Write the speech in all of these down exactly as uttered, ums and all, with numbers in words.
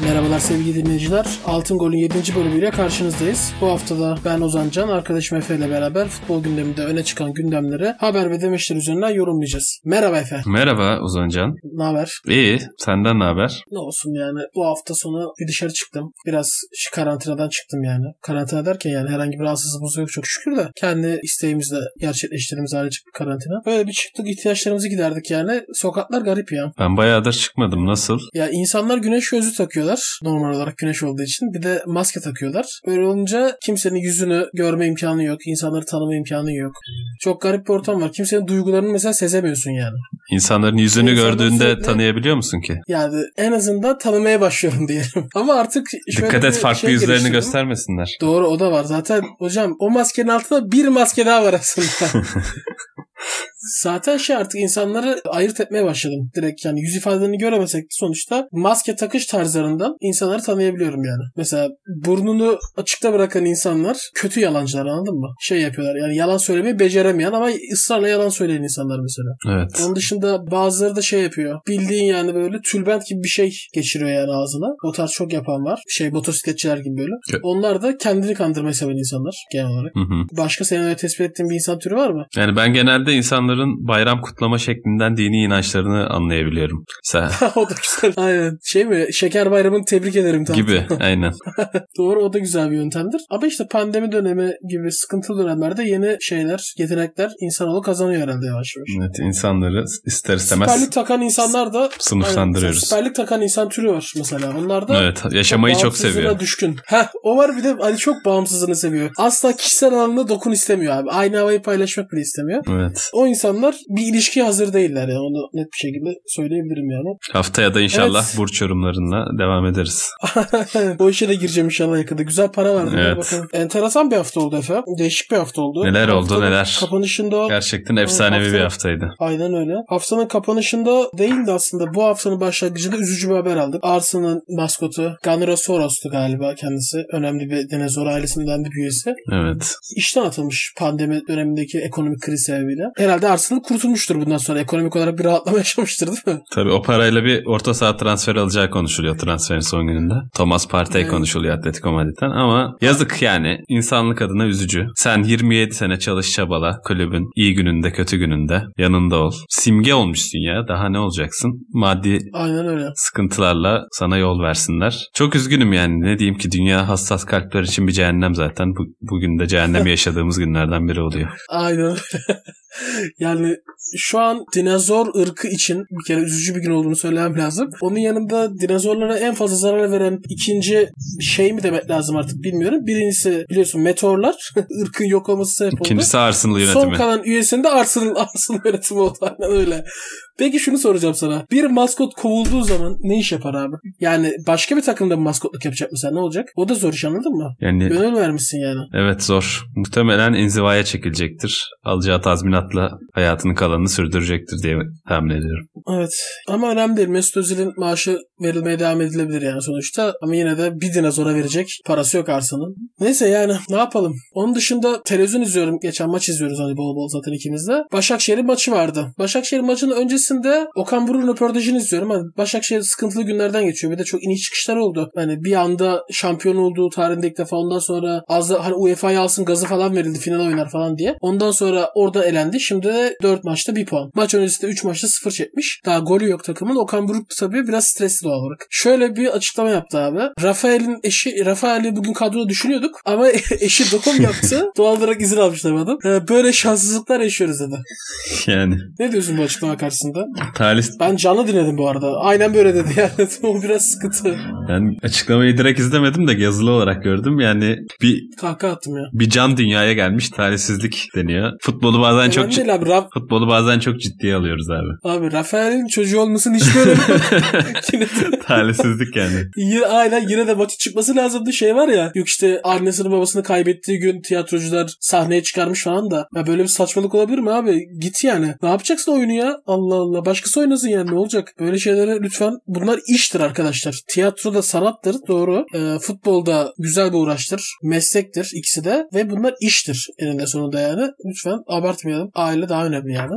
Merhabalar sevgili dinleyiciler. Altın Gol'ün yedinci bölümüyle karşınızdayız. Bu haftada ben Ozan Can, arkadaşım Efe ile beraber futbol gündeminde öne çıkan gündemleri haber ve demeçler üzerinden yorumlayacağız. Merhaba Efe. Merhaba Ozan Can. Ne haber? İyi. Senden ne haber? Ne olsun yani. Bu hafta sonu bir dışarı çıktım. Biraz karantinadan çıktım yani. Karantina derken yani herhangi bir rahatsızlığımız yok çok şükür de. Kendi isteğimizle gerçekleştirdiğimiz ailecek bir karantina. Böyle bir çıktık, ihtiyaçlarımızı giderdik yani. Sokaklar garip ya. Ben bayağıdır çıkmadım. Nasıl? Ya insanlar güneş gözlüğü takıyorlar. Normal olarak güneş olduğu için. Bir de maske takıyorlar. Böyle olunca kimsenin yüzünü görme imkanı yok. İnsanları tanıma imkanı yok. Çok garip bir ortam var. Kimsenin duygularını mesela sezemiyorsun yani. İnsanların yüzünü İnsanlar gördüğünde sürekli... tanıyabiliyor musun ki? Yani en azından tanımaya başlıyorum diyelim. Ama artık şöyle dikkat et, farklı şey yüzlerini göstermesinler. Doğru, o da var. Zaten hocam o maskenin altında bir maske daha var aslında. Zaten şey artık insanları ayırt etmeye başladım. Direkt yani yüz ifadelerini göremesek de sonuçta maske takış tarzlarından insanları tanıyabiliyorum yani. Mesela burnunu açıkta bırakan insanlar kötü yalancılar, anladın mı? Şey yapıyorlar yani, yalan söylemeyi beceremeyen ama ısrarla yalan söyleyen insanlar mesela. Evet. Onun dışında bazıları da şey yapıyor. Bildiğin yani böyle tülbent gibi bir şey geçiriyor yani ağzına. O tarz çok yapan var. Şey, motosikletçiler gibi böyle. Evet. Onlar da kendini kandırmayı seven insanlar genel olarak. Hı hı. Başka senin öyle tespit ettiğin bir insan türü var mı? Yani ben genelde insanların bayram kutlama şeklinden dini inançlarını anlayabiliyorum. Sen... O da güzel. Aynen. Şey mi? Şeker bayramını tebrik ederim. Tam. Gibi. Aynen. Doğru, o da güzel bir yöntemdir. Ama işte pandemi dönemi gibi sıkıntılı dönemlerde yeni şeyler, yetenekler insanoğlu kazanıyor herhalde yavaş yavaş. Evet, insanları ister istemez Süper Lig takan insanlar da sınıflandırıyoruz. Aynen, Süper Lig takan insan türü var mesela. Onlar da evet, yaşamayı çok, çok seviyor. Düşkün. Heh, o var, bir de hani çok bağımsızlığını seviyor. Asla kişisel alanına dokun istemiyor abi. Aynı havayı paylaşmak bile istemiyor. Evet. O insanlar bir ilişkiye hazır değiller yani. Onu net bir şekilde söyleyebilirim yani. Haftaya da inşallah evet. burç yorumlarına devam ederiz. O işe de gireceğim inşallah yakında. Güzel para vardı. Evet. Bakalım. Enteresan bir hafta oldu Efe. Değişik bir hafta oldu. Neler Haftanın oldu neler. Kapanışında... Gerçekten efsanevi haftanın... bir haftaydı. Aynen öyle. Haftanın kapanışında değildi aslında. Bu haftanın başlangıcında üzücü bir haber aldık. Arsenal'ın maskotu Gunnerosaurus'tu galiba kendisi. Önemli bir dinozor ailesinden bir üyesi. Evet. İşten atılmış pandemi dönemindeki ekonomik kriz sebebiyle. Herhalde Arsenal kurtulmuştur bundan sonra. Ekonomik olarak bir rahatlama yaşamıştır değil mi? Tabii o parayla bir orta saha transferi alacağı konuşuluyor transferin son gününde. Thomas Partey evet. konuşuluyor Atletico Madrid'den ama yazık yani. İnsanlık adına üzücü. Sen yirmi yedi sene çalış çabala kulübün iyi gününde kötü gününde yanında ol. Simge olmuşsun ya. Daha ne olacaksın? Maddi aynen öyle. Sıkıntılarla sana yol versinler. Çok üzgünüm yani. Ne diyeyim ki, dünya hassas kalpler için bir cehennem zaten. Bu, bugün de cehennemi yaşadığımız günlerden biri oluyor. Aynen. Yani şu an dinozor ırkı için bir kere üzücü bir gün olduğunu söylemem lazım. Onun yanında dinozorlara en fazla zarar veren ikinci şey mi demek lazım artık bilmiyorum. Birincisi biliyorsun meteorlar. Irkın yok olması sebep oldu. İkincisi Arsenal yönetimi. Son kalan üyesinde Arsenal, Arsenal yönetimi oldu. Aynen öyle. Peki şunu soracağım sana. Bir maskot kovulduğu zaman ne iş yapar abi? Yani başka bir takımda mı maskotluk yapacak mesela, ne olacak? O da zor iş, anladın mı? Yani, gönül vermişsin yani. Evet, zor. Muhtemelen inzivaya çekilecektir. Alacağı tazminatla hayatının kalanını sürdürecektir diye tahmin ediyorum. Evet. Ama önemli değil. Mesut Özil'in maaşı verilmeye devam edilebilir yani sonuçta. Ama yine de bir dinozora verecek parası yok Arsenal'ın. Neyse yani ne yapalım? Onun dışında televizyon izliyorum. Geçen maç izliyoruz hani bol bol zaten ikimiz de. Başakşehir'in maçı vardı. Başakşehir maçının öncesi de Okan Buruk'un röportajını izliyorum. Hani Başakşehir sıkıntılı günlerden geçiyor. Bir de çok iniş çıkışlar oldu. Hani bir anda şampiyon olduğu tarihinde ilk defa, ondan sonra az da hani U E F A'ya alsın gazı falan verildi, final oynar falan diye. Ondan sonra orada elendi. Şimdi de dört maçta bir puan. Maç öncesinde üç maçta sıfır çekmiş. Daha golü yok takımın. Okan Buruk tabii biraz stresli doğal olarak. Şöyle bir açıklama yaptı abi. Rafael'in eşi, Rafael'i bugün kadroda düşünüyorduk ama eşi doğum yaptı. Doğal olarak izin almışlar adam. Böyle şanssızlıklar yaşıyoruz dedi. Yani. Ne diyorsun bu açıklama karşısında? Talih... Ben canlı dinledim bu arada. Aynen böyle dedi yani. O biraz sıkıntı. Ben açıklamayı direkt izlemedim de yazılı olarak gördüm. Yani bir kahkaha attım ya. Bir can dünyaya gelmiş talihsizlik deniyor. Futbolu bazen önemli çok değil abi. Ra- futbolu bazen çok ciddiye alıyoruz abi. Abi Rafael'in çocuğu olmasının hiç böyle talihsizlik yani. Yine, aynen yine de maçı çıkması lazımdı. Şey var ya, yok işte annesini babasını kaybettiği gün tiyatrocular sahneye çıkarmış falan da. Ya böyle bir saçmalık olabilir mi abi? Git yani. Ne yapacaksın oyunu ya? Allah Allah. Başkası oynasın yani, ne olacak? Böyle şeylere lütfen, bunlar iştir arkadaşlar. Tiyatroda sanattır, doğru. E, futbolda güzel bir uğraştır. Meslektir ikisi de ve bunlar iştir eninde sonunda yani. Lütfen abartmayalım. Aile daha önemli yani.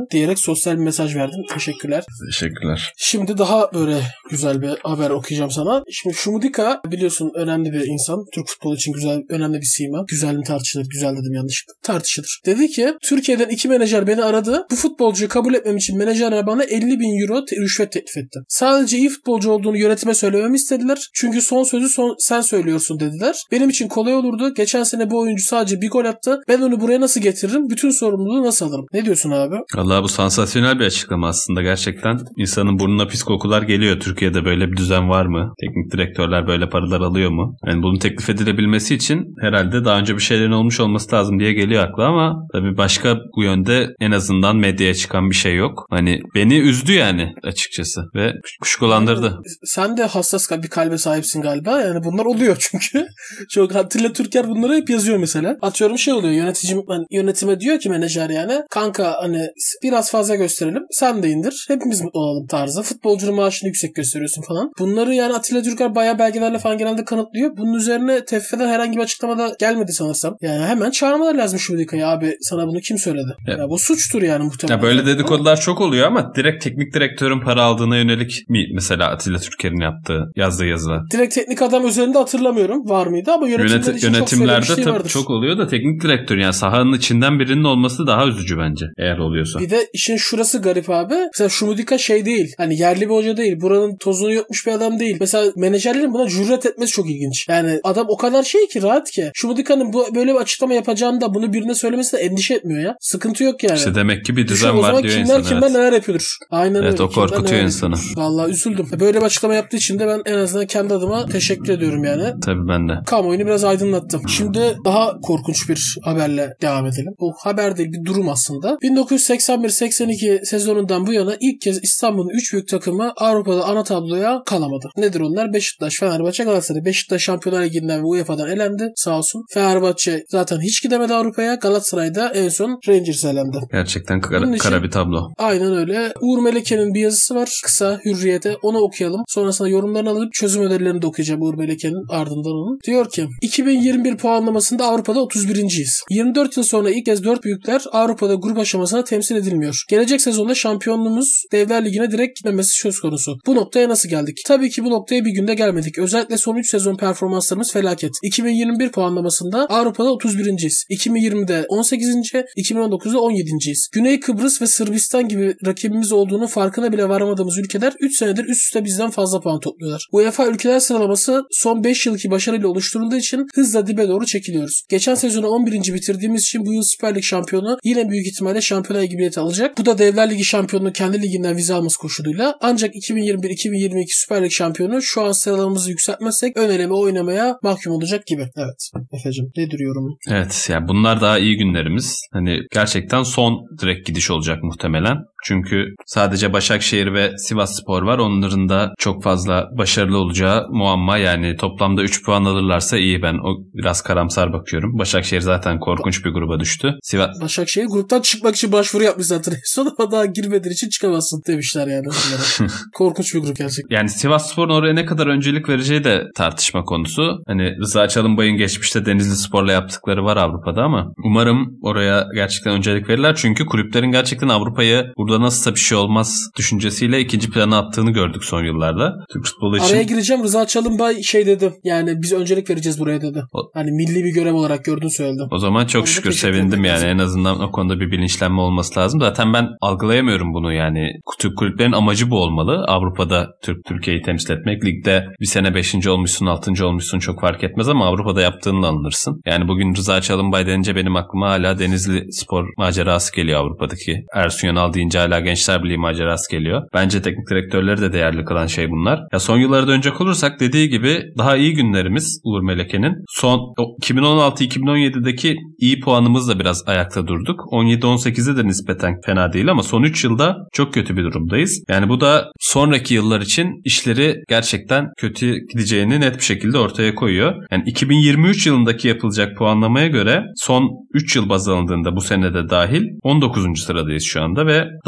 diyerek sosyal bir mesaj verdim. Teşekkürler. Teşekkürler. Şimdi daha böyle güzel bir haber okuyacağım sana. Şimdi Şumudika biliyorsun önemli bir insan. Türk futbolu için güzel, önemli bir sima. Güzel mi tartışılır? Güzel dedim yanlışlıkla. Tartışılır. Dedi ki Türkiye'den iki menajer beni aradı. Bu futbolcuyu kabul etmem için menajerler bana elli bin euro te- rüşvet teklif etti. Sadece iyi futbolcu olduğunu yönetime söylememi istediler. Çünkü son sözü son, sen söylüyorsun dediler. Benim için kolay olurdu. Geçen sene bu oyuncu sadece bir gol attı. Ben onu buraya nasıl getiririm? Bütün sorumluluğu nasıl alırım? Ne diyorsun abi? Vallahi bu sansasyonel bir açıklama aslında gerçekten. İnsanın burnuna pis kokular geliyor. Türkiye'de böyle bir düzen var mı? Teknik direktörler böyle paralar alıyor mu? Yani bunun teklif edilebilmesi için herhalde daha önce bir şeylerin olmuş olması lazım diye geliyor akla ama tabii başka bu yönde en azından medyaya çıkan bir şey yok. Hani beni üzdü yani açıkçası ve kuşkulandırdı. Yani sen de hassas bir kalbe sahipsin galiba. Yani bunlar oluyor çünkü. Çok Atilla Türker bunları hep yazıyor mesela. Atıyorum şey oluyor. Yöneticim hani yönetime diyor ki menajer yani kanka hani biraz fazla gösterelim. Sen de indir. Hepimiz mutlu olalım tarzı. Futbolcunun maaşını yüksek gösteriyorsun falan. Bunları yani Atilla Türker bayağı belgelerle falan genelde kanıtlıyor. Bunun üzerine T F F'den herhangi bir açıklama da gelmedi sanırsam. Yani hemen çağırmalar lazım şu Şumudika'yı. Abi sana bunu kim söyledi? Ya, ya bu suçtur yani muhtemelen. Ya böyle dedikodular çok oluyor ama direkt teknik direktörün para aldığına yönelik mi mesela Atilla Türker'in yaptığı yazdığı yazılar? Direkt teknik adam üzerinde hatırlamıyorum. Var mıydı ama yönetimler Yönet- için yönetimlerde çok, şey tabii çok oluyor da teknik direktör yani sahanın içinden birinin olması daha üzücü bence eğer oluyorsa. Bir de işin şurası garip abi. Mesela Şumudika şey değil. Hani yerli bir hoca değil. Buranın tozunu yokmuş bir adam değil. Mesela menajerlerin buna cüret etmesi çok ilginç. Yani adam o kadar şey ki rahat ki. Şumudika'nın bu böyle bir açıklama yapacağını da bunu birine söylemesi de endişe etmiyor ya. Sıkıntı yok yani. İşte demek ki bir düzen Düşün, var diyor insan. Kimler kimler evet. neler yapıyordur. Aynen evet, öyle. Evet o korkutuyor insanı. Vallahi üzüldüm. Böyle bir açıklama yaptığı için de ben en azından kendi adıma teşekkür ediyorum yani. Tabii ben de. Kamuoyunu biraz aydınlattım. Şimdi daha korkunç bir haberle devam edelim. Bu haber değil bir durum aslında. bin dokuz yüz seksen bir seksen iki sezonundan bu yana ilk kez İstanbul'un üç büyük takımı Avrupa'da ana tabloya kalamadı. Nedir onlar? Beşiktaş, Fenerbahçe, Galatasaray. Beşiktaş Şampiyonlar Ligi'nden ve U E F A'dan elendi sağ olsun. Fenerbahçe zaten hiç gidemedi Avrupa'ya. Galatasaray'da en son Rangers elendi. Gerçekten kara, kara bir tablo. Aynen öyle. Uğur Meleke'nin bir yazısı var. Kısa Hürriyet'e. Onu okuyalım. Sonrasında yorumlarını alıp çözüm önerilerini de okuyacağım Uğur Meleke'nin ardından onun. Diyor ki iki bin yirmi bir puanlamasında Avrupa'da otuz birinciyiz. yirmi dört yıl sonra ilk kez dört büyükler Avrupa'da grup aşamasına temsil edilmiyor. Gelecek sezonda şampiyonluğumuz Devler Ligi'ne direkt gitmemesi söz konusu. Bu noktaya nasıl geldik? Tabii ki bu noktaya bir günde gelmedik. Özellikle son üç sezon performanslarımız felaket. iki bin yirmi bir puanlamasında Avrupa'da otuz birinciyiz. iki bin yirmide on sekizinci iki bin on dokuzda on yedinciyiz. Güney Kıbrıs ve Sırbistan gibi rakibimiz olduğunu farkına bile varamadığımız ülkeler üç senedir üst üste bizden fazla puan topluyorlar. UEFA ülkeler sıralaması son beş yılki başarıyla oluşturulduğu için hızla dibe doğru çekiliyoruz. Geçen sezonu on birinci bitirdiğimiz için bu yıl Süper Lig şampiyonu yine büyük ihtimalle Şampiyonlar Ligi bileti alacak. Bu da Devler Ligi şampiyonunu kendi liginden vize alması koşuluyla. Ancak iki bin yirmi bir iki bin yirmi iki Süper Lig şampiyonu şu an sıralamamızı yükseltmezsek ön eleme oynamaya mahkum olacak gibi. Evet. Efe'cim nedir yorumun? Evet yani bunlar daha iyi günlerimiz. Hani gerçekten son direkt gidiş olacak muhtemelen. Çünkü sadece Başakşehir ve Sivasspor var. Onların da çok fazla başarılı olacağı muamma. Yani toplamda üç puan alırlarsa iyi. Ben o biraz karamsar bakıyorum. Başakşehir zaten korkunç bir gruba düştü. Sivas... Başakşehir gruptan çıkmak için başvuru yapmış zaten. Sonra daha girmediğin için çıkamazsın demişler yani. Korkunç bir grup gerçekten. Yani Sivasspor'un oraya ne kadar öncelik vereceği de tartışma konusu. Hani Rıza Çalınbay'ın geçmişte Denizli Spor'la yaptıkları var Avrupa'da ama umarım oraya gerçekten öncelik verirler. Çünkü kulüplerin gerçekten Avrupa'yı burada nasılsa bir şey olmaz düşüncesiyle ikinci plana attığını gördük son yıllarda. Türk futbolu için. Araya gireceğim. Rıza Çalınbay şey dedi. Yani biz öncelik vereceğiz buraya dedi. O, hani milli bir görev olarak gördüğünü söyledi. O zaman çok şükür sevindim yani. En azından o konuda bir bilinçlenme olması lazım. Zaten ben algılayamıyorum bunu yani. Türk kulüplerin amacı bu olmalı. Avrupa'da Türk Türkiye'yi temsil etmek. Ligde bir sene beşinci olmuşsun, altıncı olmuşsun çok fark etmez ama Avrupa'da yaptığını alınırsın. Yani bugün Rıza Çalınbay denince benim aklıma hala Denizli Spor macerası geliyor Avrupa'daki. Ersun Yanal deyince hala Gençler Birliği macerası geliyor. Bence teknik direktörleri de değerli kılan şey bunlar. Ya son yıllara dönecek olursak dediği gibi daha iyi günlerimiz Uğur Meleke'nin. Son iki bin on altı iki bin on yedideki iyi puanımızla biraz ayakta durduk. on yedi on sekizde de nispeten fena değil ama son üç yılda çok kötü bir durumdayız. Yani bu da sonraki yıllar için işleri gerçekten kötü gideceğini net bir şekilde ortaya koyuyor. Yani iki bin yirmi üç yılındaki yapılacak puanlamaya göre son üç yıl baz alındığında bu sene de dahil on dokuzuncu sıradayız şu anda ve daha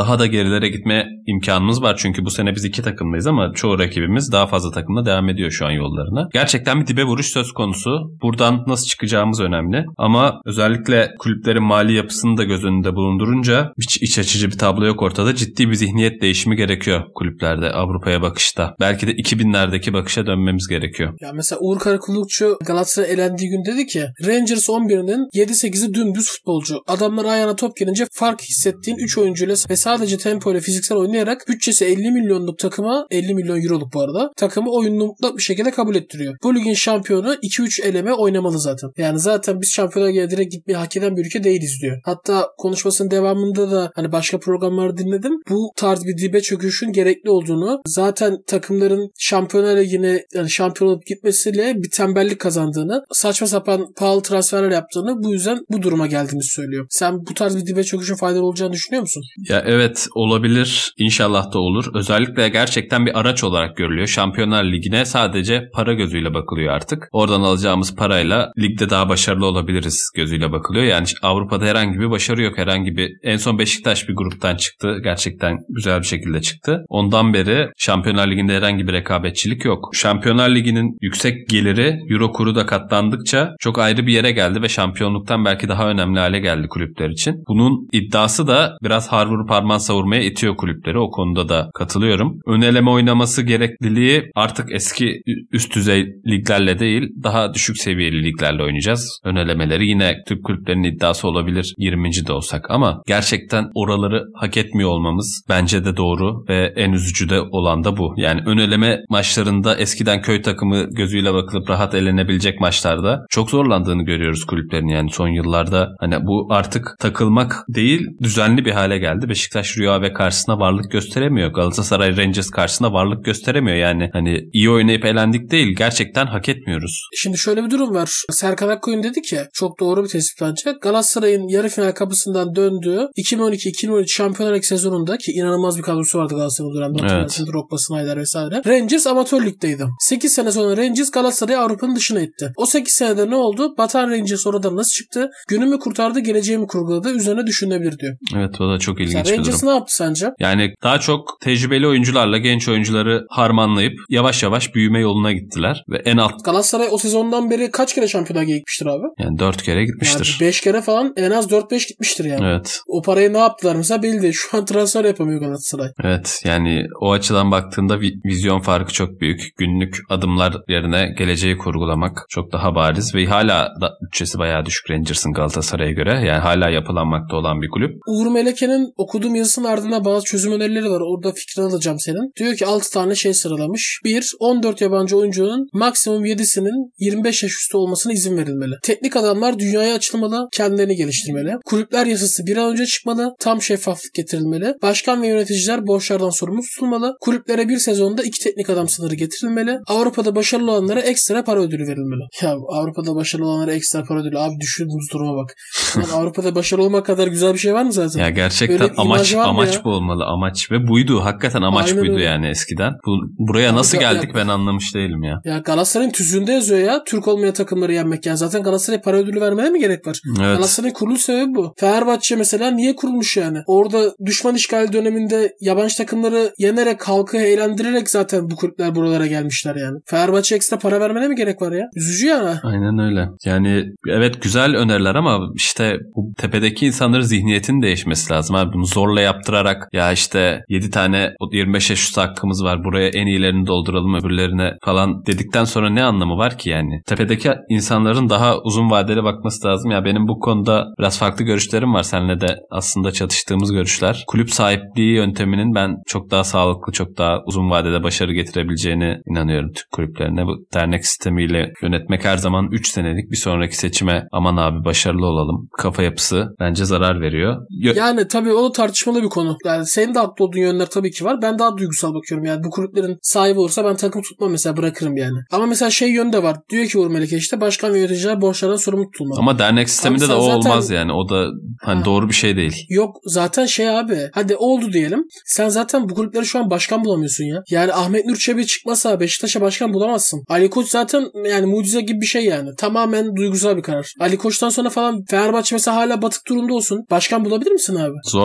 daha da gerilere gitme imkanımız var. Çünkü bu sene biz iki takımdayız ama çoğu rakibimiz daha fazla takımla devam ediyor şu an yollarına. Gerçekten bir dibe vuruş söz konusu. Buradan nasıl çıkacağımız önemli. Ama özellikle kulüplerin mali yapısını da göz önünde bulundurunca hiç iç açıcı bir tablo yok ortada. Ciddi bir zihniyet değişimi gerekiyor kulüplerde Avrupa'ya bakışta. Belki de iki binlerdeki bakışa dönmemiz gerekiyor. Ya mesela Uğur Karakullukçu Galatasaray elendiği gün dedi ki Rangers on birinin yedi sekizi dümdüz futbolcu. Adamlar ayağına top gelince fark hissettiğin üç oyuncuyla ve sadece tempo ile fiziksel oynayarak bütçesi elli milyonluk takıma elli milyon euroluk bu arada takımı oyununu mutlak bir şekilde kabul ettiriyor. Bu ligin şampiyonu iki üç eleme oynamalı zaten. Yani zaten biz şampiyonluğa direkt gitmeyi hak eden bir ülke değiliz diyor. Hatta konuşmasının devamında da hani başka programları dinledim. Bu tarz bir dibe çöküşün gerekli olduğunu, zaten takımların Şampiyonlar Ligi'ne yani şampiyon olup gitmesiyle bir tembellik kazandığını, saçma sapan pahalı transferler yaptığını, bu yüzden bu duruma geldiğimizi söylüyor. Sen bu tarz bir dibe çöküşün faydalı olacağını düşünüyor musun? Ya evet, olabilir. İnşallah da olur. Özellikle gerçekten bir araç olarak görülüyor. Şampiyonlar Ligi'ne sadece para gözüyle bakılıyor artık. Oradan alacağımız parayla ligde daha başarılı olabiliriz gözüyle bakılıyor. Yani Avrupa'da herhangi bir başarı yok. Herhangi bir, en son Beşiktaş bir gruptan çıktı. Gerçekten güzel bir şekilde çıktı. Ondan beri Şampiyonlar Ligi'nde herhangi bir rekabetçilik yok. Şampiyonlar Ligi'nin yüksek geliri euro kuru da katlandıkça çok ayrı bir yere geldi ve şampiyonluktan belki daha önemli hale geldi kulüpler için. Bunun iddiası da biraz har vurup harman savurmaya itiyor kulüpleri. O konuda da katılıyorum. Ön eleme oynaması gerekliliği artık eski üst düzey liglerle değil, daha düşük seviyeli liglerle oynayacağız. Ön elemeleri yine Türk kulüplerinin iddiası olabilir yirminci de olsak ama gerçekten oraları hak etmiyor olmamız bence de doğru ve en üzücü de olan da bu. Yani ön eleme maçlarında eskiden köy takımı gözüyle bakılıp rahat elenebilecek maçlarda çok zorlandığını görüyoruz kulüplerin. Yani son yıllarda hani bu artık takılmak değil, düzenli bir hale geldi. Beşiktaş Rüya ve karşısına varlık gösteremiyor. Galatasaray Rangers karşısına varlık gösteremiyor. Yani hani iyi oynayıp elendik değil, gerçekten hak etmiyoruz. Şimdi şöyle bir durum var. Serkan Akkoyun dedi ki, çok doğru bir tespit bence. Galatasaray'ın yarı final kapısından döndüğü iki bin on iki iki bin on üç Şampiyonlar Ligi sezonunda, ki inanılmaz bir kadrosu vardı Galatasaray'ın dönemde. Evet. Drogba, Snyder vesaire. Rangers amatör ligdeydi. sekiz sene sonra Rangers Galatasaray'ı Avrupa'nın dışına itti. O sekiz senede ne oldu? Batan Rangers oradan nasıl çıktı? Günümü kurtardı, geleceğimi kurguladı. Üzerine düşünülebilir diyor. Evet, o da çok ilginç Sen bir durum. Rangers ne yaptı sence? Yani daha çok tecrübeli oyuncularla genç oyuncuları harmanlayıp yavaş yavaş büyüme yoluna gittiler ve en alt... Galatasaray o sezondan beri kaç kere Şampiyonlar Ligi'ne gitmiştir abi? Yani dört kere gitmiştir. Yani beş kere falan, en az dört beş gitmiştir yani. Evet. O parayı ne yaptılar mesela belli değil. Şu an transfer yapamıyor Galatasaray. Evet, yani o açıdan baktığında vizyon farkı çok büyük. Günlük adımlar yerine geleceği kurgulamak çok daha bariz ve hala da bütçesi bayağı düşük Rangers'ın Galatasaray'a göre. Yani hala yapılanmakta olan bir kulüp. Uğur Meleke'nin okuduğum yazısının ardında bazı çözüm önerileri var. Orada fikrini alacağım senin. Diyor ki altı tane şey sıralamış. bir on dört yabancı oyuncunun maksimum yedisinin yirmi beş yaş üstü olmasına izin verilmeli. Teknik adamlar dünyaya açılmalı, kendilerini geliştirmeli. Kulüpler yasası bir an önce çıkmalı, tam şeffaflık getirilmeli. Başkan ve yöneticiler borçlardan sorumlu tutulmalı. Kulüplere bir sezonda iki teknik adam sınırı getirilmeli. Avrupa'da başarılı olanlara ekstra para ödülü verilmeli. Ya Avrupa'da başarılı olanlara ekstra para ödülü. Abi düşündüğümüz duruma bak. Yani Avrupa'da başarılı olmak kadar güzel bir şey var mı zaten? Ya gerçekten amaç amaç bu olmalı. Amaç ve buydu. Hakikaten amaç Aynen buydu öyle. Yani eskiden. Bu, buraya Abi, nasıl geldik ya, ben anlamış değilim ya. Ya Galatasaray'ın tüzüğünde yazıyor ya. Türk olmayan takımları yenmek. Yani zaten Galatasaray'a para ödülü vermeye mi gerek var? Evet. Galatasaray'ın kuruluş sebebi bu. Fenerbahçe mesela niye kurulmuş yani? Orada düşman işgali döneminde yabancı takımları yenerek, halkı eğlendirerek zaten bu kulüpler buralara gelmişler yani. Fenerbahçe ekstra para vermene mi gerek var ya? Üzücü yani. Aynen öyle. Yani evet, güzel öneriler ama işte bu tepedeki insanların zihniyetinin değişmesi lazım abi. Bunu zorla yaptırarak ya işte yedi tane yirmi beş yaş üstü hakkımız var, buraya en iyilerini dolduralım öbürlerine falan dedikten sonra ne anlamı var ki yani? Tepedeki insanların daha uzun vadeli bakması lazım. Ya benim bu konuda biraz farklı görüşlerim var. Seninle de aslında çatıştığımız görüşler. Kulüp sahipliği yönteminin ben çok daha sağlıklı, çok daha uzun vadede başarı getirebileceğine inanıyorum Türk kulüplerine. Bu dernek sistemiyle yönetmek her zaman üç senelik, bir sonraki seçime aman abi başarılı olalım kafa yapısı bence zarar veriyor. Yo- yani tabii o tartışmalı bir konu. Yani senin de haklı olduğun yönler tabii ki var. Ben daha duygusal bakıyorum. Yani bu kulüplerin sahibi olursa ben takım tutmam mesela, bırakırım yani. Ama mesela şey yönü de var. Diyor ki Uğur Meleke işte başkan ve yöneticiler borçlardan sorumlu tutulmalı. Ama dernek sisteminde de o zaten... olmaz yani. O da hani ha. doğru bir şey değil. Yok zaten şey abi. Hadi oldu diyelim. Sen zaten bu kulüpleri şu an başkan bulamıyorsun ya. Yani Ahmet Nur Çebi çıkmasa Beşiktaş'a başkan bulamazsın. Ali Koç zaten yani mucize gibi bir şey yani. Tamamen duygusal bir karar. Ali Koç'tan sonra falan Fenerbahçe mesela hala batık durumda olsun. Başkan bulabilir misin abi? Zor yani.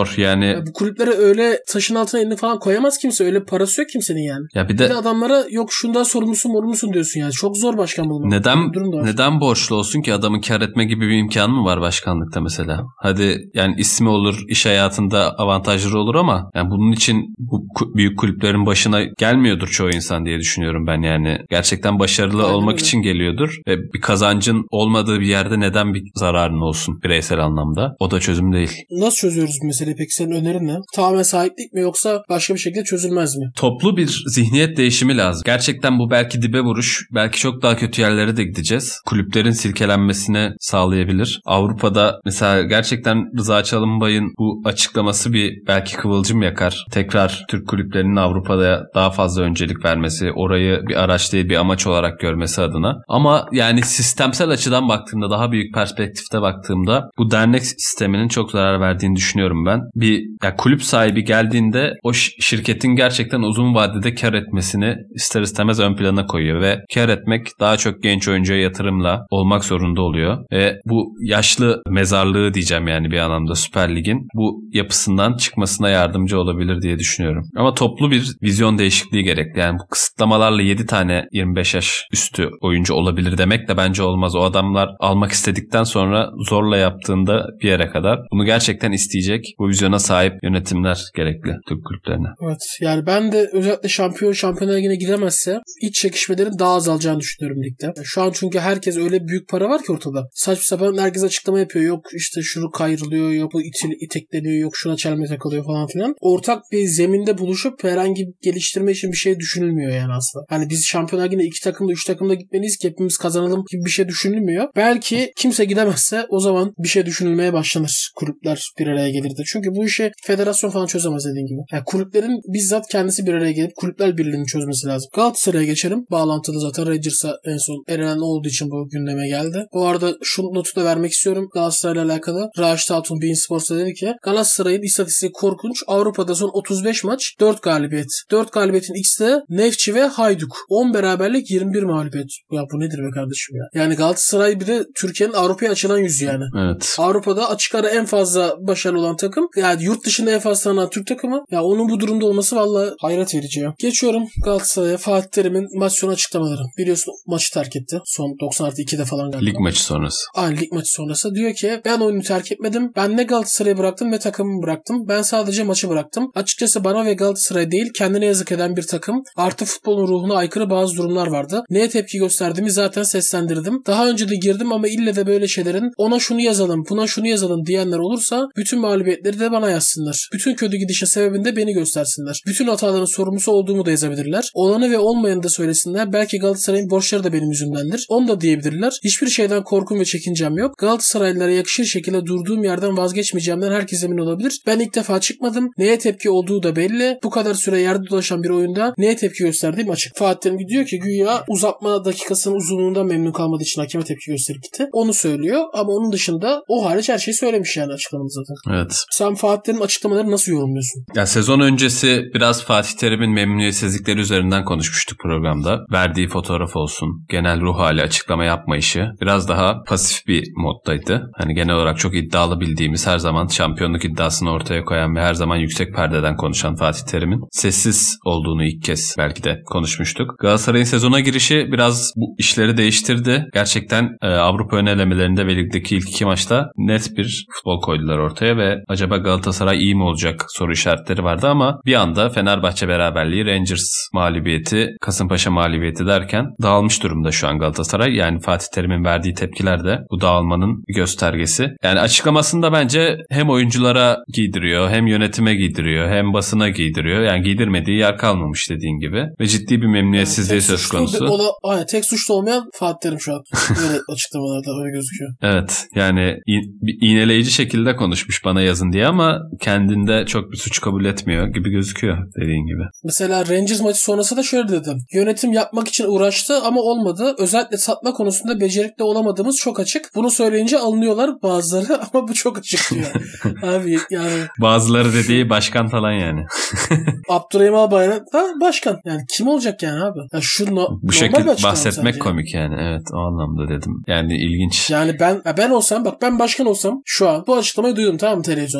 Ya bu kulüplere öyle taşın altına elini falan koyamaz kimse. Öyle parası yok kimsenin yani. Ya bir bir de, de adamlara yok şundan sorumlusun morumlusun diyorsun yani. Çok zor başkan bulmak. Neden neden borçlu olsun ki? Adamın kar etme gibi bir imkanı mı var başkanlıkta mesela? Hadi yani ismi olur, iş hayatında avantajları olur ama yani bunun için bu büyük kulüplerin başına gelmiyordur çoğu insan diye düşünüyorum ben yani. Gerçekten başarılı Aynen olmak öyle. için geliyordur ve bir kazancın olmadığı bir yerde neden bir zararın olsun bireysel anlamda? O da çözüm değil. Nasıl çözüyoruz bu meseleyi peki? Senin önerin ne? Tamamen sahiplik mi yoksa başka bir şekilde çözülmez mi? Toplu bir zihniyet değişimi lazım. Gerçekten bu belki dibe vuruş, belki çok daha kötü yerlere de gideceğiz. Kulüplerin silkelenmesine sağlayabilir. Avrupa'da mesela gerçekten Rıza Çalınbay'ın bu açıklaması bir belki kıvılcım yakar. Tekrar Türk kulüplerinin Avrupa'da daha fazla öncelik vermesi, orayı bir araç değil bir amaç olarak görmesi adına. Ama yani sistemsel açıdan baktığımda, daha büyük perspektifte baktığımda bu dernek sisteminin çok zarar verdiğini düşünüyorum ben. Bir ya kulüp sahibi geldiğinde o şirketin gerçekten uzun vadede kar etmesini ister istemez ön plana koyuyor ve kar etmek daha çok genç oyuncuya yatırımla olmak zorunda oluyor. Ve bu yaşlı mezarlığı diyeceğim yani bir anlamda Süper Lig'in bu yapısından çıkmasına yardımcı olabilir diye düşünüyorum. Ama toplu bir vizyon değişikliği gerekli. Yani bu kısıtlamalarla yedi tane yirmi beş yaş üstü oyuncu olabilir demek de bence olmaz. O adamlar almak istedikten sonra zorla yaptığında bir yere kadar bunu gerçekten isteyecek bu vizyona sahip yönetimler gerekli Türk kulüplerine. Evet yani ben de özellikle şampiyon şampiyonlar ligine gidemezse iç çekişmelerin daha azalacağını düşünüyorum ligde. Şu an çünkü herkes öyle büyük para var ki ortada. Saçma sapan herkes açıklama yapıyor. Yok işte şunu kayrılıyor, yok bu itil, itekleniyor, yok şuna çelme takılıyor falan filan. Ortak bir zeminde buluşup herhangi bir geliştirme için bir şey düşünülmüyor yani aslında. Hani biz şampiyonlar ligine iki takımda üç takımda gitmeliyiz ki hepimiz kazanalım gibi bir şey düşünülmüyor. Belki kimse gidemezse o zaman bir şey düşünülmeye başlanır. Kulüpler bir araya gelirdi. Çünkü bu işi federasyon falan çözemez dediğin gibi. Yani kulüplerin bizzat kendisi bir araya gelip kulüpler birliğini çözmesi lazım. Galatasaray'a geçelim. Bağlantılı zaten Rangers'a en son Eren olduğu için bu gündeme geldi. Bu arada şu notu da vermek istiyorum Galatasaray'la alakalı. Raşit Hatun Bein Sports'ta dedi ki Galatasaray'ın istatistiği korkunç. Avrupa'da son otuz beş maç dört galibiyet. dört galibiyetin ikisi de Nefçi ve Hayduk. on beraberlik yirmi bir mağlubiyet. Ya bu nedir be kardeşim ya? Yani Galatasaray bir de Türkiye'nin Avrupa'ya açılan yüzü yani. Evet. Avrupa'da açık ara en fazla başarılı olan takım. Yani yurt dışında en fazla tanınan Türk takımı. Ya onun bu durumda olması vallahi hayret verici ya. Geçiyorum Galatasaray'a. Fatih Terim'in maç sonu açıklamaları. Biliyorsun maçı terk etti. Son doksan artı ikide falan galiba. Lig maçı sonrası. Aynı lig maçı sonrası. Diyor ki ben oyunu terk etmedim. Ben ne Galatasaray'ı bıraktım ne takımımı bıraktım. Ben sadece maçı bıraktım. Açıkçası bana ve Galatasaray değil kendine yazık eden bir takım. Artı futbolun ruhuna aykırı bazı durumlar vardı. Neye tepki gösterdiğimi zaten seslendirdim. Daha önce de girdim ama ille de böyle şeylerin ona şunu yazalım buna şunu yazalım diyenler olursa bütün mağlubiyetleri de bana yazsınlar. Bütün kötü gidişin sebebini de beni göstersinler. Bütün hataların sorumlusu olduğumu da yazabilirler. Olanı ve olmayanı da söylesinler. Belki Galatasaray'ın borçları da benim yüzümdendir. Onu da diyebilirler. Hiçbir şeyden korkum ve çekincem yok. Galatasaraylılara yakışır şekilde durduğum yerden vazgeçmeyeceğimden herkes emin olabilir. Ben ilk defa çıkmadım. Neye tepki olduğu da belli. Bu kadar süre yerde dolaşan bir oyunda neye tepki gösterdiğim açık. Fatih Terim diyor ki güya uzatma dakikasının uzunluğundan memnun kalmadığı için hakeme tepki gösterip gitti. Onu söylüyor ama onun dışında o hariç her şeyi söylemiş yani açıklamada zaten. Evet. Sen Fatih Terim'in açıklamaları nasıl yorumluyorsun? Ya sezon öncesi biraz Fatih Terim'in memnuniyetsizlikleri üzerinden konuşmuştuk programda. Verdiği fotoğraf olsun, genel ruh hali açıklama yapmayışı biraz daha pasif bir moddaydı. Hani genel olarak çok iddialı bildiğimiz her zaman şampiyonluk iddiasını ortaya koyan ve her zaman yüksek perdeden konuşan Fatih Terim'in sessiz olduğunu ilk kez belki de konuşmuştuk. Galatasaray'ın sezona girişi biraz bu işleri değiştirdi. Gerçekten e, Avrupa ön elemelerinde ve ligdeki ilk iki maçta net bir futbol koydular ortaya ve acaba Galatasaray iyi mi olacak soru işaretleri vardı ama bir anda Fenerbahçe beraberliği, Rangers mağlubiyeti, Kasımpaşa mağlubiyeti derken dağılmış durumda şu an Galatasaray. Yani Fatih Terim'in verdiği tepkiler de bu dağılmanın bir göstergesi. Yani açıklamasında bence hem oyunculara giydiriyor, hem yönetime giydiriyor, hem basına giydiriyor. Yani giydirmediği yer kalmamış dediğin gibi. Ve ciddi bir memnuniyetsizliği yani söz konusu. Ola, aynen, tek suçlu olmayan Fatih Terim şu an. Böyle açıklamalarda öyle gözüküyor. Evet. Yani bir iğneleyici şekilde konuşmuş bana yazın diye ama kendinde çok bir suç kabul etmiyor gibi gözüküyor dediğin gibi. Mesela Rangers maçı sonrası da şöyle dedim. Yönetim yapmak için uğraştı ama olmadı. Özellikle satma konusunda becerikli olamadığımız çok açık. Bunu söyleyince alınıyorlar bazıları ama bu çok açık diyor. Abi yani. Bazıları dediği başkan falan yani. Abdurrahim Albayrak ha başkan. Yani kim olacak yani abi? Ya şu no, bu şekilde bahsetmek komik yani. Evet o anlamda dedim. Yani ilginç. Yani ben ben olsam bak ben başkan olsam şu an bu açıklamayı duydum tamam mı televizyonda. Çıkar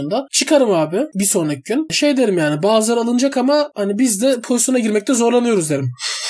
çıkarım abi bir sonraki gün. Şey derim yani bazıları alınacak ama hani biz de pozisyona girmekte zorlanıyoruz derim.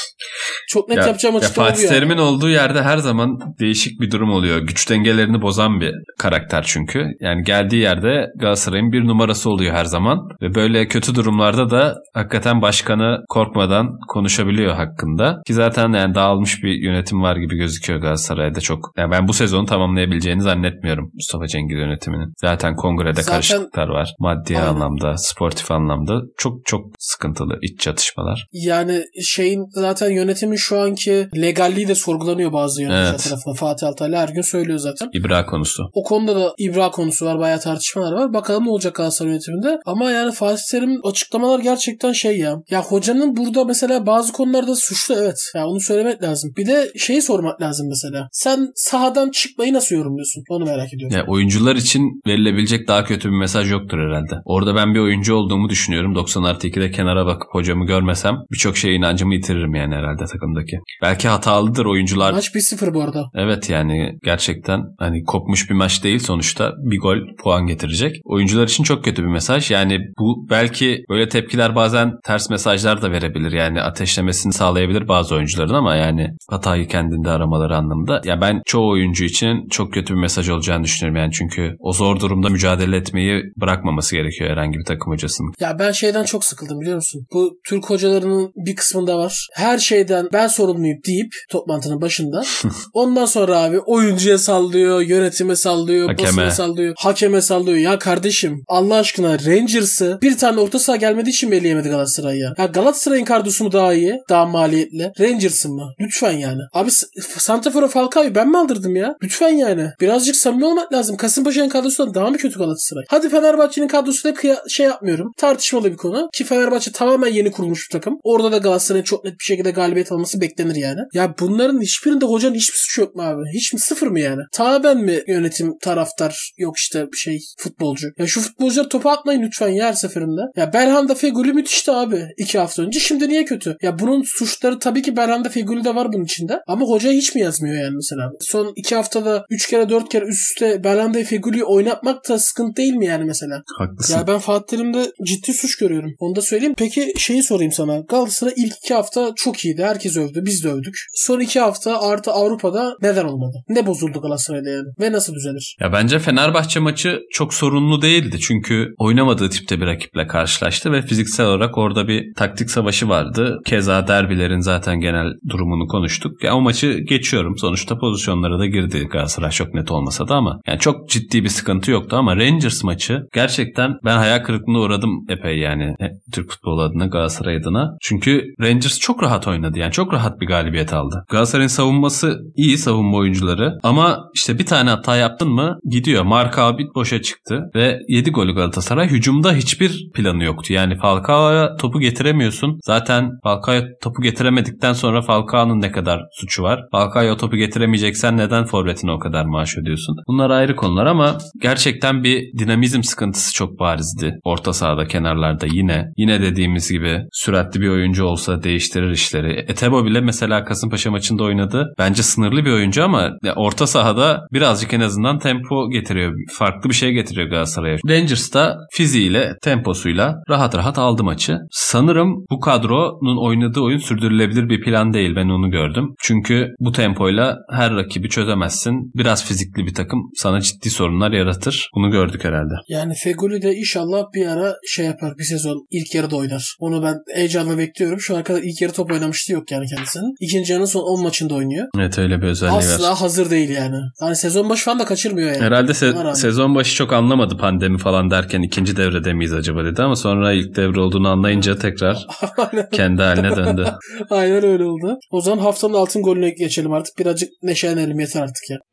Çok net ya, yapacağım açıklama ya bu Fatih yani. Terim'in olduğu yerde her zaman değişik bir durum oluyor. Güç dengelerini bozan bir karakter çünkü. Yani geldiği yerde Galatasaray'ın bir numarası oluyor her zaman. Ve böyle kötü durumlarda da hakikaten başkanı korkmadan konuşabiliyor hakkında. Ki zaten yani dağılmış bir yönetim var gibi gözüküyor Galatasaray'da çok. Yani ben bu sezonu tamamlayabileceğini zannetmiyorum Mustafa Cengiz yönetiminin. Zaten kongrede zaten, karışıklıklar var. Maddi aynen. anlamda, sportif anlamda çok çok sıkıntılı iç çatışmalar. Yani şeyin zaten yönetimin şu anki legalliği de sorgulanıyor bazı yöneticiler evet. tarafından. Fatih Altaylı her gün söylüyor zaten. İbra konusu. O konuda da ibra konusu var. Bayağı tartışmalar var. Bakalım ne olacak Galatasaray yönetiminde. Ama yani Fatih Terim'in açıklamalar gerçekten şey ya. Ya hocanın burada mesela bazı konularda suçlu evet. Ya onu söylemek lazım. Bir de şeyi sormak lazım mesela. Sen sahadan çıkmayı nasıl yorumluyorsun? Onu merak ediyorum. Ya oyuncular için verilebilecek daha kötü bir mesaj yoktur herhalde. Orada ben bir oyuncu olduğumu düşünüyorum. doksan artı ikide kenara bakıp hocamı görmesem birçok şeye inancımı yitiririm yani herhalde takımdaki. Belki hatalıdır oyuncular. Maç bir sıfır bu arada. Evet yani gerçekten hani kopmuş bir maç değil sonuçta. Bir gol puan getirecek. Oyuncular için çok kötü bir mesaj. Yani bu belki böyle tepkiler bazen ters mesajlar da verebilir. Yani ateşlemesini sağlayabilir bazı oyuncuların ama yani hatayı kendinde aramaları anlamında. Ya ben çoğu oyuncu için çok kötü bir mesaj olacağını düşünüyorum yani çünkü o zor durumda mücadele etmeyi bırakmaması gerekiyor herhangi bir takım hocasının. Ya ben şeyden çok sıkıldım biliyor musun? Bu Türk hocalarının bir kısmında var. Her şeyden ben sorumluyum deyip toplantının başında. Ondan sonra abi oyuncuya sallıyor, yönetime sallıyor, hakeme. basına sallıyor, hakeme sallıyor. Ya kardeşim Allah aşkına Rangers'ı bir tane orta saha gelmediği için mi eleyemedi Galatasaray ya? Ya Galatasaray'ın kadrosu mu daha iyi? Daha maliyetli. Rangers'ın mı? Lütfen yani. Abi Santafor Falcao'yu ben mi aldırdım ya? Lütfen yani. Birazcık samimi olmak lazım. Kasımpaşa'nın kadrosundan daha mı kötü Galatasaray? Hadi Fenerbahçe'nin kadrosuyla kıya- şey yapmıyorum. Tartışmalı bir konu. Ki Fenerbahçe tamamen yeni kurulmuş bir takım. Orada da Galatasaray'ın çok net bir şekilde galibiyet alması beklenir yani. Ya bunların hiçbirinde hocanın hiçbir suçu yok mu abi? Hiç mi? Sıfır mı yani? Ta ben mi yönetim, taraftar, yok işte bir şey futbolcu. Ya şu futbolcular topu atmayın lütfen ya her seferinde. Ya Belhanda Feguli müthişti abi iki hafta önce. Şimdi niye kötü? Ya bunun suçları tabii ki Belhanda Feguli de var bunun içinde. Ama hoca hiç mi yazmıyor yani mesela? Son iki haftada üç kere dört kere üst üste Belhanda Feguli'yi oynatmak da sıkıntı değil mi yani mesela? Haklısın. Ya ben Fatih Terim'de ciddi suç görüyorum. Onu da söyleyeyim. Peki şeyi sorayım sana. Galatasaray ilk iki hafta çok iyiydi. Herkes övdü. Biz de övdük. Son iki hafta artı Avrupa'da neden olmadı? Ne bozuldu Galatasaray'da yani? Ve nasıl düzelir? Ya bence Fenerbahçe maçı çok sorunlu değildi. Çünkü oynamadığı tipte bir rakiple karşılaştı ve fiziksel olarak orada bir taktik savaşı vardı. Keza derbilerin zaten genel durumunu konuştuk. Ya o maçı geçiyorum. Sonuçta pozisyonlara da girdi Galatasaray çok net olmasa da ama yani çok ciddi bir sıkıntı yoktu ama Rangers maçı gerçekten ben hayal kırıklığına uğradım epey yani Türk futbolu adına, Galatasaray adına. Çünkü Rangers çok rahat oynadı. Yani çok rahat bir galibiyet aldı. Galatasaray'ın savunması iyi, savunma oyuncuları ama işte bir tane hata yaptın mı gidiyor. Mark Abid boşa çıktı ve yedi golü Galatasaray. Hücumda hiçbir planı yoktu. Yani Falcao'ya topu getiremiyorsun. Zaten Falcao'ya topu getiremedikten sonra Falcao'nun ne kadar suçu var? Falcao'ya topu getiremeyeceksen neden forvetine o kadar maaş ödüyorsun? Bunlar ayrı konular ama gerçekten bir dinamizm sıkıntısı çok barizdi. Orta sahada, kenarlarda yine. Yine dediğimiz gibi süratli bir oyuncu olsa değiştirir işleri. Etebo bile mesela Kasımpaşa maçında oynadı. Bence sınırlı bir oyuncu ama orta sahada birazcık en azından tempo getiriyor. Farklı bir şey getiriyor Galatasaray'a. Rangers da fiziğiyle, temposuyla rahat rahat aldı maçı. Sanırım bu kadronun oynadığı oyun sürdürülebilir bir plan değil. Ben onu gördüm. Çünkü bu tempoyla her rakibi çözemezsin. Biraz fizikli bir takım sana ciddi sorunlar yaratır. Bunu gördük herhalde. Yani Feguli de inşallah bir ara şey yapar. Bir sezon ilk yarıda oynar. Onu ben heyecanla bekliyorum. Şu ana kadar ilk yarı top oynamıştı yok yani kendisinin. İkinci yarının son on maçında oynuyor. Evet öyle bir özelliği Asla var. Asla hazır değil yani. Hani sezon başı falan da kaçırmıyor yani. Herhalde se- sezon başı çok anlamadı pandemi falan derken ikinci devrede miyiz acaba dedi ama sonra ilk devre olduğunu anlayınca tekrar kendi haline döndü. Aynen öyle oldu. O zaman haftanın altın golüne geçelim artık. Birazcık neşelenelim yeter artık ya.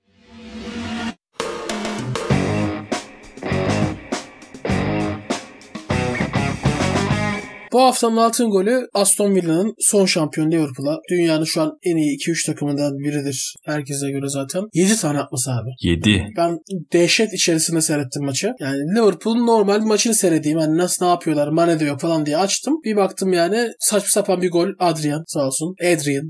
Bu haftanın altın golü Aston Villa'nın son şampiyon Liverpool'a. Dünyanın şu an en iyi iki üç takımından biridir. Herkese göre zaten. yedi tane atması abi. yedi. Ben dehşet içerisinde seyrettim maçı. Yani Liverpool'un normal bir maçını seyredeyim. Hani nasıl ne yapıyorlar, Mane de yok falan diye açtım. Bir baktım yani saçma sapan bir gol. Adrian sağ olsun. Adrian.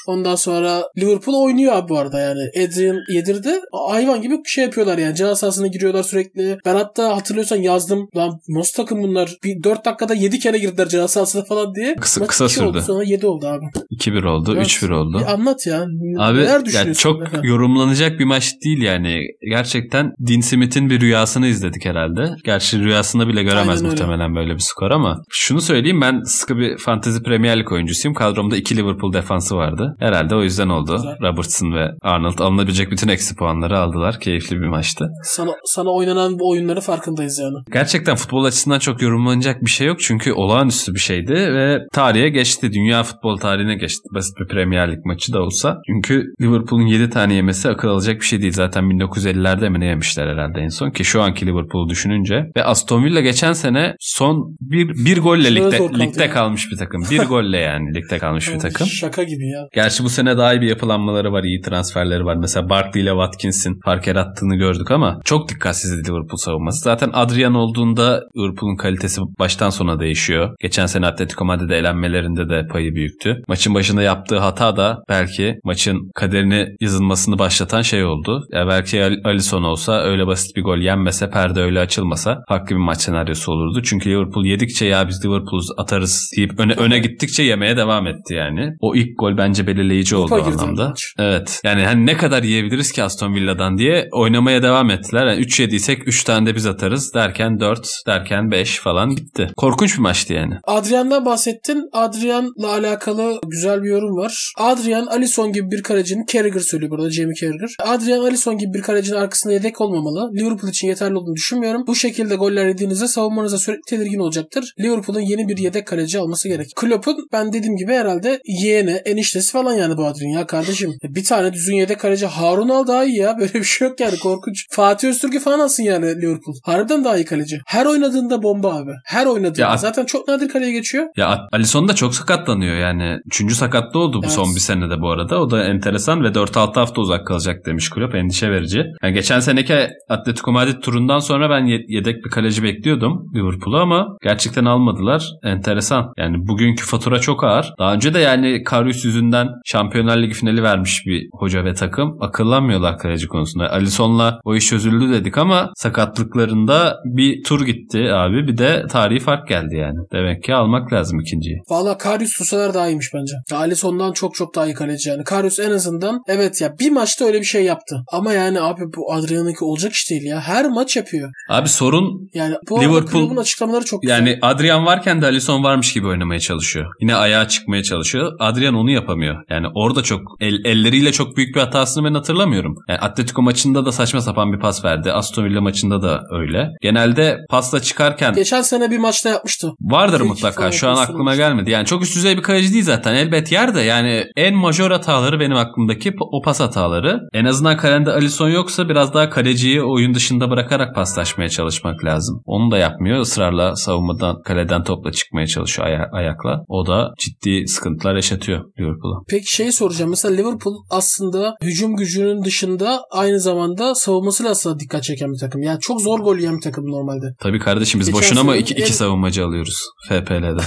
Ondan sonra Liverpool oynuyor abi bu arada yani. Adrian yedirdi. Hayvan gibi şey yapıyorlar yani. Ceza sahasına giriyorlar sürekli. Ben hatta hatırlıyorsan yazdım. Lan nasıl takım bunlar? Bir dört dakikada yedi kere girdiler ceza sahasına falan diye. Kısa, kısa sürdü. Oldu, sonra yedi oldu abi. iki bir oldu. Evet. üç bir oldu. Bir anlat ya. Abi yani çok mesela? Yorumlanacak bir maç değil yani. Gerçekten Dean Smith'in bir rüyasını izledik herhalde. Gerçi rüyasında bile göremez aynen muhtemelen öyle. Böyle bir skor ama şunu söyleyeyim, ben sıkı bir Fantasy Premier Lig oyuncusuyum. Kadromda iki Liverpool defansı vardı. Herhalde o yüzden oldu. Güzel. Robertson ve Arnold alınabilecek bütün eksi puanları aldılar. Keyifli bir maçtı. Sana, sana oynanan bu oyunları farkındayız yani. Gerçekten futbol açısından çok yorumlanacak bir şey yok. Çünkü olağanüstü bir şeydi ve tarihe geçti. Dünya futbol tarihine geçti. Basit bir Premier Lig maçı da olsa. Çünkü Liverpool'un yedi tane yemesi akıl alacak bir şey değil. Zaten bin dokuz yüz ellilerde mi ne yemişler herhalde en son, ki şu anki Liverpool'u düşününce. Ve Aston Villa geçen sene son bir, bir golle ligde, ligde kalmış bir takım. Bir golle yani ligde kalmış bir takım. Şaka gibi ya. Gerçi bu sene daha iyi bir yapılanmaları var. İyi transferleri var. Mesela Barkley ile Watkins'in fark yarattığını gördük ama çok dikkatsizdi Liverpool savunması. Zaten Adrian olduğunda Liverpool'un kalitesi baştan sona değişiyor. Geçen sene Atletico Madrid'de elenmelerinde de payı büyüktü. Maçın başında yaptığı hata da belki maçın kaderini yazılmasını başlatan şey oldu. Ya belki Alisson olsa, öyle basit bir gol yenmese, perde öyle açılmasa farklı bir maç senaryosu olurdu. Çünkü Liverpool yedikçe ya biz Liverpool'uz atarız deyip öne, öne gittikçe yemeye devam etti yani. O ilk gol bence belirleyici oldu o anlamda. Evet. Yani hani ne kadar yiyebiliriz ki Aston Villa'dan diye oynamaya devam ettiler. Yani üç yediysek üç tane de biz atarız derken dört, derken beş falan bitti. Korkunç bir maçtı yani. Adrian'dan bahsettin. Adrian'la alakalı güzel bir yorum var. Adrian, Alisson gibi bir kalecinin, Carragher söylüyor burada, Jamie Carragher. Adrian, Alisson gibi bir kalecinin arkasında yedek olmamalı. Liverpool için yeterli olduğunu düşünmüyorum. Bu şekilde goller yediğinizde savunmanıza sürekli tedirgin olacaktır. Liverpool'un yeni bir yedek kaleci alması gerek. Klopp'un ben dediğim gibi herhalde yeğeni, eniştesi falan yani bu Adrian ya kardeşim. Bir tane düzgün yedek kaleci Harun al daha iyi ya. Böyle bir şey yok yani, korkunç. Fatih Öztürk'ü falan alsın yani Liverpool. Harbiden daha iyi kaleci. Her oynadığında bomba abi. Her oynadığında. Ya, zaten çok nadir kaleye geçiyor. Ya Alisson da çok sakatlanıyor yani. Üçüncü sakatlı oldu bu evet. Son bir senede bu arada. O da enteresan ve dört altı hafta uzak kalacak demiş Klopp. Endişe verici. Yani geçen seneki Atletico Madrid turundan sonra ben yedek bir kaleci bekliyordum Liverpool'u ama gerçekten almadılar. Enteresan. Yani bugünkü fatura çok ağır. Daha önce de yani Karius yüzünden Şampiyonlar Ligi finali vermiş bir hoca ve takım. Akıllanmıyorlar kaleci konusunda. Alisson'la o iş çözüldü dedik ama sakatlıklarında bir tur gitti abi. Bir de tarihi fark geldi yani. Demek ki almak lazım ikinciyi. Valla Karius tutsalar daha iyiymiş bence. Alisson'dan çok çok daha iyi kaleci yani. Karius en azından evet ya bir maçta öyle bir şey yaptı. Ama yani abi bu Adrian'ınki olacak iş değil ya. Her maç yapıyor. Abi sorun yani bu Liverpool açıklamaları çok güzel. Yani Adrian varken de Alisson varmış gibi oynamaya çalışıyor. Yine ayağa çıkmaya çalışıyor. Adrian onu yapamıyor. Yani orada çok el, elleriyle çok büyük bir hatasını ben hatırlamıyorum. Yani Atletico maçında da saçma sapan bir pas verdi. Aston Villa maçında da öyle. Genelde pasla çıkarken geçen sene bir maçta yapmıştı. Vardır Peki, mutlaka. Şu an aklıma gelmedi. Yani çok üst düzey bir kaleci değil zaten. Elbet yer de yani en majör hataları benim aklımdaki o pas hataları. En azından kalende Alisson yoksa biraz daha kaleciyi oyun dışında bırakarak paslaşmaya çalışmak lazım. Onu da yapmıyor. Israrla savunmadan, kaleden topla çıkmaya çalışıyor aya- ayakla. O da ciddi sıkıntılar yaşatıyor Liverpool'a. Peki şey soracağım. Mesela Liverpool aslında hücum gücünün dışında aynı zamanda savunmasıyla aslında dikkat çeken bir takım. Yani çok zor gol yiyen bir takım normalde. Tabii kardeşim biz Geçen boşuna mı iki, iki en... savunmacı alıyoruz F P L'de?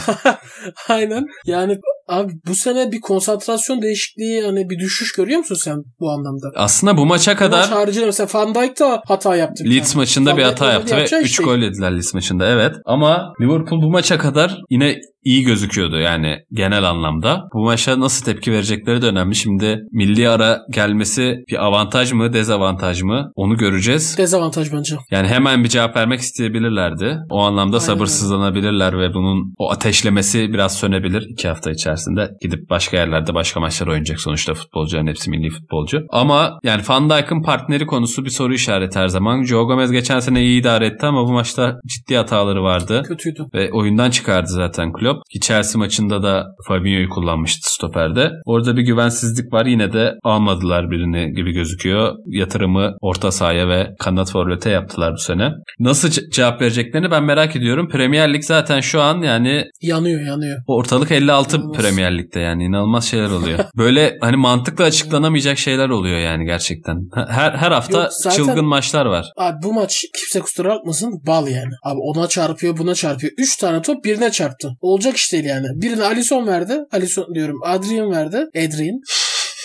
Aynen. Yani abi bu sene bir konsantrasyon değişikliği, hani bir düşüş görüyor musun sen bu anlamda? Aslında bu maça kadar... Bu maç haricinde mesela Van Dijk da hata yaptı. Leeds yani. maçında Van bir hata yaptı ve üç gol yediler Leeds maçında, evet. Ama Liverpool bu maça kadar yine iyi gözüküyordu yani genel anlamda. Bu maça nasıl tepki verecekleri de önemli. Şimdi milli ara gelmesi bir avantaj mı, dezavantaj mı? Onu göreceğiz. Dezavantaj bence. Yani hemen bir cevap vermek isteyebilirlerdi. O anlamda Aynen. sabırsızlanabilirler ve bunun o ateşlemesi biraz sönebilir iki hafta içerisinde. Gidip başka yerlerde başka maçlar oynayacak sonuçta futbolcuların hepsi milli futbolcu. Ama yani Van Dijk'ın partneri konusu bir soru işareti her zaman. Joe Gomez geçen sene iyi idare etti ama bu maçta ciddi hataları vardı. Kötüydü. Ve oyundan çıkardı zaten Klopp. Ki Chelsea maçında da Fabinho'yu kullanmıştı stoperde. Orada bir güvensizlik var. Yine de almadılar birini gibi gözüküyor. Yatırımı orta sahaya ve kanat forvete yaptılar bu sene. Nasıl c- cevap vereceklerini ben merak ediyorum. Premier Lig zaten şu an yani yanıyor yanıyor. Ortalık elli altı inanılmaz. Premier Lig'de yani inanılmaz şeyler oluyor. Böyle hani mantıkla açıklanamayacak şeyler oluyor yani gerçekten. Her her hafta Yok, zaten, çılgın maçlar var. Abi bu maç kimse kusura bakmasın bal yani. Abi ona çarpıyor, buna çarpıyor. üç tane top birine çarptı. Olacak iş değil yani. Birine Alisson verdi. Alisson diyorum. Adrian verdi. Adrian.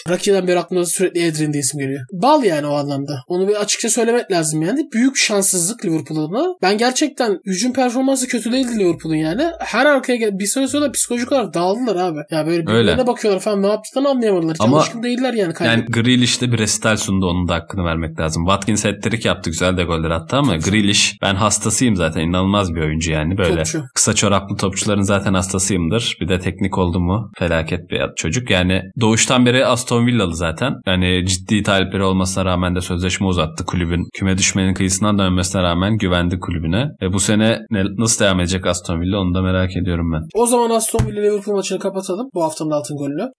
Rakiden beri aklımda sürekli Adrian diye isim geliyor. Bal yani o anlamda. Onu bir açıkça söylemek lazım yani. Büyük şanssızlık Liverpool'un. Ben gerçekten hücum performansı kötü değildi Liverpool'un yani. Her arkaya gel bir süre sonra psikolojik olarak dağıldılar abi. Ya böyle birbirine bakıyorlar falan, ne yaptıklarını anlayamadılar. Hiç ama alışkın değiller yani. Yani Grealish de bir resital sundu, onun da hakkını vermek lazım. Watkins hat-trick yaptı, güzel de goller attı ama Grealish, ben hastasıyım zaten, inanılmaz bir oyuncu yani, böyle topçu. Kısa çoraplı topçuların zaten hastasıyımdır. Bir de teknik oldu mu felaket bir çocuk. Yani doğuştan beri Aston Villalı zaten. Yani ciddi talipleri olmasına rağmen de sözleşme uzattı kulübün. Küme düşmenin kıyısından dönmesine rağmen güvendi kulübüne. Ve bu sene ne, nasıl devam edecek Aston Villa, onu da merak ediyorum ben. O zaman Aston Villa Liverpool maçını kapatalım. Bu haftanın altın golünü.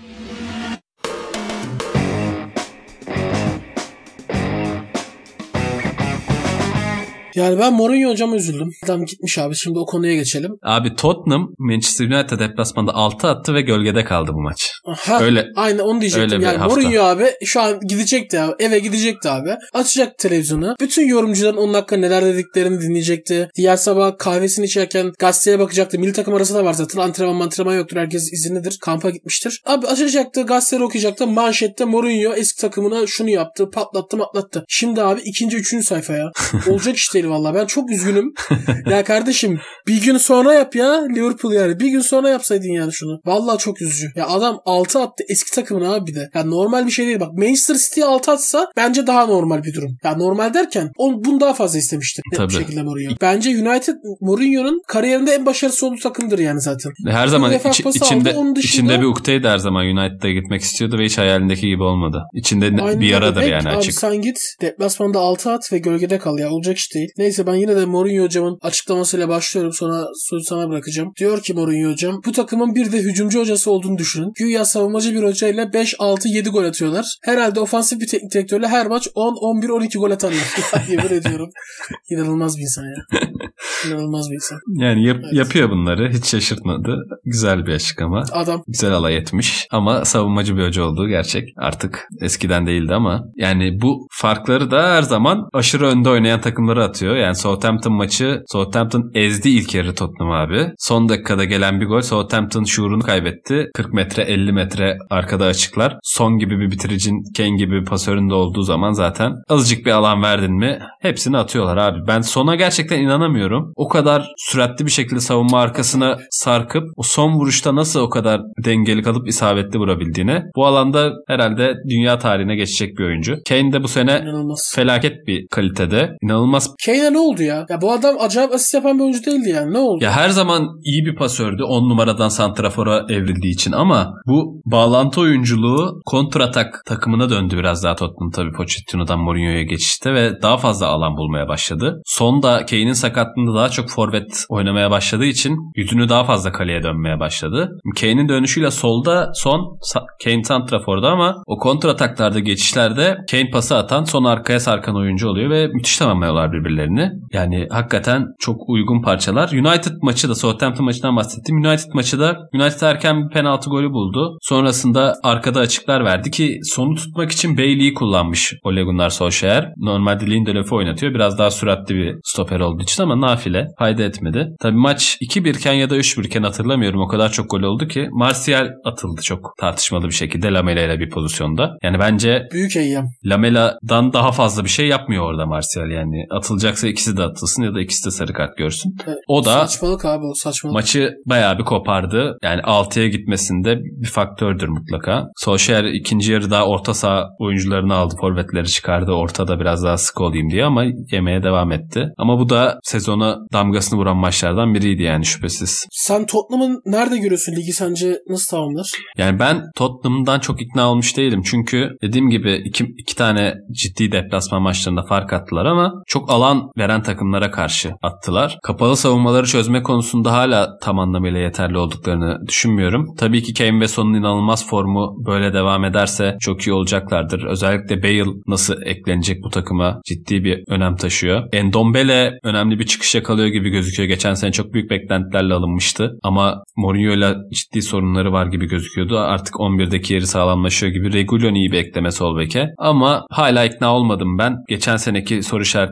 Yani ben Mourinho hocama üzüldüm. Adam gitmiş abi. Şimdi o konuya geçelim. Abi Tottenham Manchester United deplasmanda altı attı ve gölgede kaldı bu maç. Aha, öyle. Aynen onu diyecektim. Yani hafta. Mourinho abi şu an gidecekti abi. Eve gidecekti abi. Açacak televizyonu. Bütün yorumcuların onun hakkında neler dediklerini dinleyecekti. Diğer sabah kahvesini içerken gazeteye bakacaktı. Milli takım arası da var zaten. Antrenman antrenman yoktur. Herkes izinlidir. Kampa gitmiştir. Abi açacaktı. Gazeteleri okuyacaktı. Manşette Mourinho eski takımına şunu yaptı. Patlattı matlattı. Şimdi abi ikinci üçüncü sayfa ya. Olacak işte vallahi ben çok üzgünüm. Ya kardeşim bir gün sonra yap ya Liverpool yani. Bir gün sonra yapsaydın yani şunu. Vallahi çok üzücü. Ya adam altı attı eski takımına abi bir de. Ya normal bir şey değil. Bak Manchester City'ye altı atsa bence daha normal bir durum. Ya normal derken on, bunu daha fazla istemiştir. Net bir şekilde Mourinho. Bence United Mourinho'nun kariyerinde en başarısı olduğu takımdır yani zaten. Her zaman iç, içinde, aldı, dışında... içinde bir ukteydi her zaman. United'a gitmek istiyordu ve hiç hayalindeki gibi olmadı. İçinde aynen bir yaradır yani abi, açık. Sen git deplasmanda altı at ve gölgede kal ya. Olacak iş değil. Neyse ben yine de Mourinho hocamın açıklamasıyla başlıyorum. Sonra sözü sana bırakacağım. Diyor ki Mourinho hocam, bu takımın bir de hücumcu hocası olduğunu düşünün. Güya savunmacı bir hocayla beş altı yedi gol atıyorlar. Herhalde ofansif bir teknik direktörle her maç on on bir on iki gol atarlar. Yemin ediyorum. İnanılmaz bir insan ya. İnanılmaz bir insan. Yani yap, evet. yapıyor bunları. Hiç şaşırtmadı. Güzel bir açıklama. Adam. Güzel alay etmiş. Ama savunmacı bir hoca olduğu gerçek. Artık eskiden değildi ama. Yani bu farkları da her zaman aşırı önde oynayan takımları atıyor. Yani Southampton maçı, Southampton ezdi ilk yarı Tottenham abi. Son dakikada gelen bir gol Southampton şuurunu kaybetti. kırk metre elli metre arkada açıklar. Son gibi bir bitiricin, Kane gibi bir pasörün de olduğu zaman zaten azıcık bir alan verdin mi hepsini atıyorlar abi. Ben sona gerçekten inanamıyorum. O kadar süratli bir şekilde savunma arkasına sarkıp o son vuruşta nasıl o kadar dengeli kalıp isabetli vurabildiğine. Bu alanda herhalde dünya tarihine geçecek bir oyuncu. Kane de bu sene İnanılmaz. felaket bir kalitede. İnanılmaz. Kane'e ne oldu ya? Ya bu adam acayip asist yapan bir oyuncu değildi yani. Ne oldu? Ya her zaman iyi bir pasördü. on numaradan santrafora evrildiği için ama bu bağlantı oyunculuğu kontratak takımına döndü biraz daha Tottenham tabii Pochettino'dan Mourinho'ya geçişte ve daha fazla alan bulmaya başladı. Son da Kane'in sakatlığında daha çok forvet oynamaya başladığı için yüzünü daha fazla kaleye dönmeye başladı. Kane'in dönüşüyle solda son Kane santraforda ama o kontrataklarda geçişlerde Kane pası atan son arkaya sarkan oyuncu oluyor ve müthiş tamamlıyorlar birbirlerini. Yani hakikaten çok uygun parçalar. United maçı da Southampton maçından bahsettim. United maçı da United erken bir penaltı golü buldu. Sonrasında arkada açıklar verdi ki sonu tutmak için Bailey'i kullanmış Ole Gunnar Solskjaer. Normalde Lindelöf'ü oynatıyor. Biraz daha süratli bir stoper olduğu için ama nafile. Fayda etmedi. Tabii maç iki bir iken ya da üç bir iken hatırlamıyorum. O kadar çok gol oldu ki Martial atıldı çok tartışmalı bir şekilde Lamela ile bir pozisyonda. Yani bence büyük eyyam. Lamela'dan daha fazla bir şey yapmıyor orada Martial yani. Atılacaksa ikisi de atılsın ya da ikisi de sarı kart görsün. Evet, o da saçmalık abi o saçmalık. Maçı bayağı bir kopardı. Yani altıya gitmesinde bir faktördür mutlaka. Solskjaer ikinci yarı daha orta saha oyuncularını aldı. Forvetleri çıkardı. Ortada biraz daha sık olayım diye ama yemeye devam etti. Ama bu da sezona damgasını vuran maçlardan biriydi yani şüphesiz. Sen Tottenham'ın nerede görüyorsun ligi, sence nasıl tamamlar? Yani ben Tottenham'dan çok ikna olmuş değilim. Çünkü dediğim gibi iki, iki tane ciddi deplasman maçlarında fark attılar ama çok alan veren takımlara karşı attılar. Kapalı savunmaları çözme konusunda hala tam anlamıyla yeterli olduklarını düşünmüyorum. Tabii ki Kane ve Son'un inanılmaz formu böyle devam ederse çok iyi olacaklardır. Özellikle Bale nasıl eklenecek bu takıma ciddi bir önem taşıyor. Ndombele önemli bir çıkış yakalıyor gibi gözüküyor. Geçen sene çok büyük beklentilerle alınmıştı. Ama Mourinho'yla ciddi sorunları var gibi gözüküyordu. Artık on birdeki yeri sağlamlaşıyor gibi. Reguilon iyi bir ekleme sol beke. Ama hala ikna olmadım ben. Geçen seneki soru işaretlerini taşı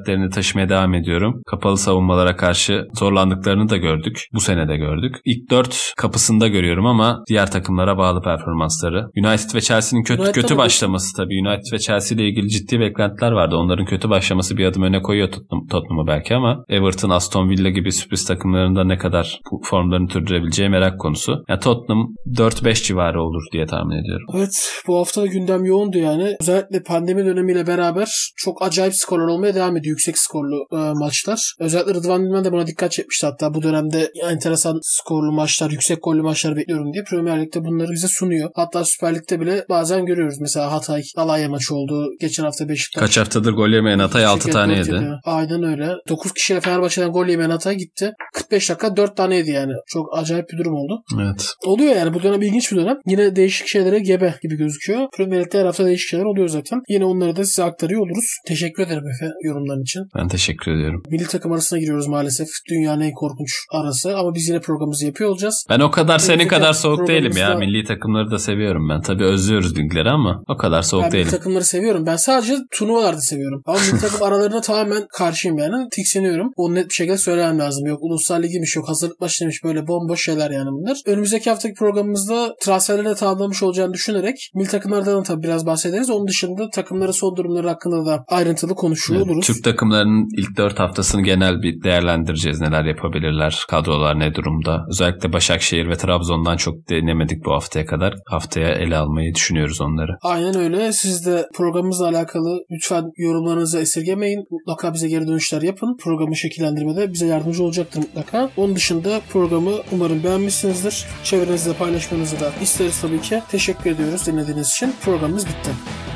çalışmaya devam ediyorum. Kapalı savunmalara karşı zorlandıklarını da gördük. Bu sene de gördük. İlk dört kapısında görüyorum ama diğer takımlara bağlı performansları. United ve Chelsea'nin kötü United'da kötü başlaması tabii. United ve Chelsea ile ilgili ciddi beklentiler vardı. Onların kötü başlaması bir adım öne koyuyor Tottenham'ı belki ama Everton, Aston Villa gibi sürpriz takımlarında ne kadar formlarını sürdürebileceği merak konusu. Yani Tottenham dört beş civarı olur diye tahmin ediyorum. Evet, bu hafta da gündem yoğundu yani. Özellikle pandemi dönemiyle beraber çok acayip skorlar olmaya devam ediyor. Yüksek skorlu e, maçlar. Özellikle Rıdvan Dilmen de buna dikkat çekmişti. Hatta bu dönemde enteresan skorlu maçlar, yüksek gollü maçlar bekliyorum diye Premier Lig'de bunları bize sunuyor. Hatta Süper Lig'de bile bazen görüyoruz. Mesela Hatay, Alanya maçı oldu. Geçen hafta Beşiktaş. Kaç haftadır gol yemeyen Hatay altı tane yedi. Aynen öyle. dokuz kişiyle Fenerbahçe'den gol yemeyen Hatay gitti. kırk beş dakika dört tane yedi yani. Çok acayip bir durum oldu. Evet. Oluyor yani. Bu dönem ilginç bir dönem. Yine değişik şeylere gebe gibi gözüküyor. Premier Lig'de her hafta değişik şeyler oluyor zaten. Yine onları da size aktarıyor oluruz. Teşekkür ederim Efe yorumların için. Ben teşekkür ediyorum. Milli takım arasına giriyoruz maalesef. Dünyanın en korkunç arası. Ama biz yine programımızı yapıyor olacağız. Ben o kadar senin kadar soğuk değilim ya. Milli takımları da seviyorum ben. Tabii özlüyoruz ligleri ama o kadar soğuk ben değilim. Milli takımları seviyorum. Ben sadece turnuvalarda seviyorum. Ama milli takım aralarına tamamen karşıyım yani. Tiksiniyorum. Onu net bir şekilde söylemem lazım. Yok ulusal ligiymiş, yok hazırlık maçı demiş, böyle bomboş şeyler yani bunlar. Önümüzdeki haftaki programımızda transferleri de tamamlamış olacağını düşünerek milli takımlardan tabii biraz bahsederiz. Onun dışında takımların son durumları hakkında da ayrıntılı konuşuyor evet, oluruz. Türk takımlarının ilk dört haftasını genel bir değerlendireceğiz. Neler yapabilirler? Kadrolar ne durumda? Özellikle Başakşehir ve Trabzon'dan çok denemedik bu haftaya kadar. Haftaya ele almayı düşünüyoruz onları. Aynen öyle. Siz de programımızla alakalı lütfen yorumlarınızı esirgemeyin. Mutlaka bize geri dönüşler yapın. Programı şekillendirmede bize yardımcı olacaktır mutlaka. Onun dışında programı umarım beğenmişsinizdir. Çevrenizde paylaşmanızı da isteriz tabii ki. Teşekkür ediyoruz dinlediğiniz için. Programımız bitti.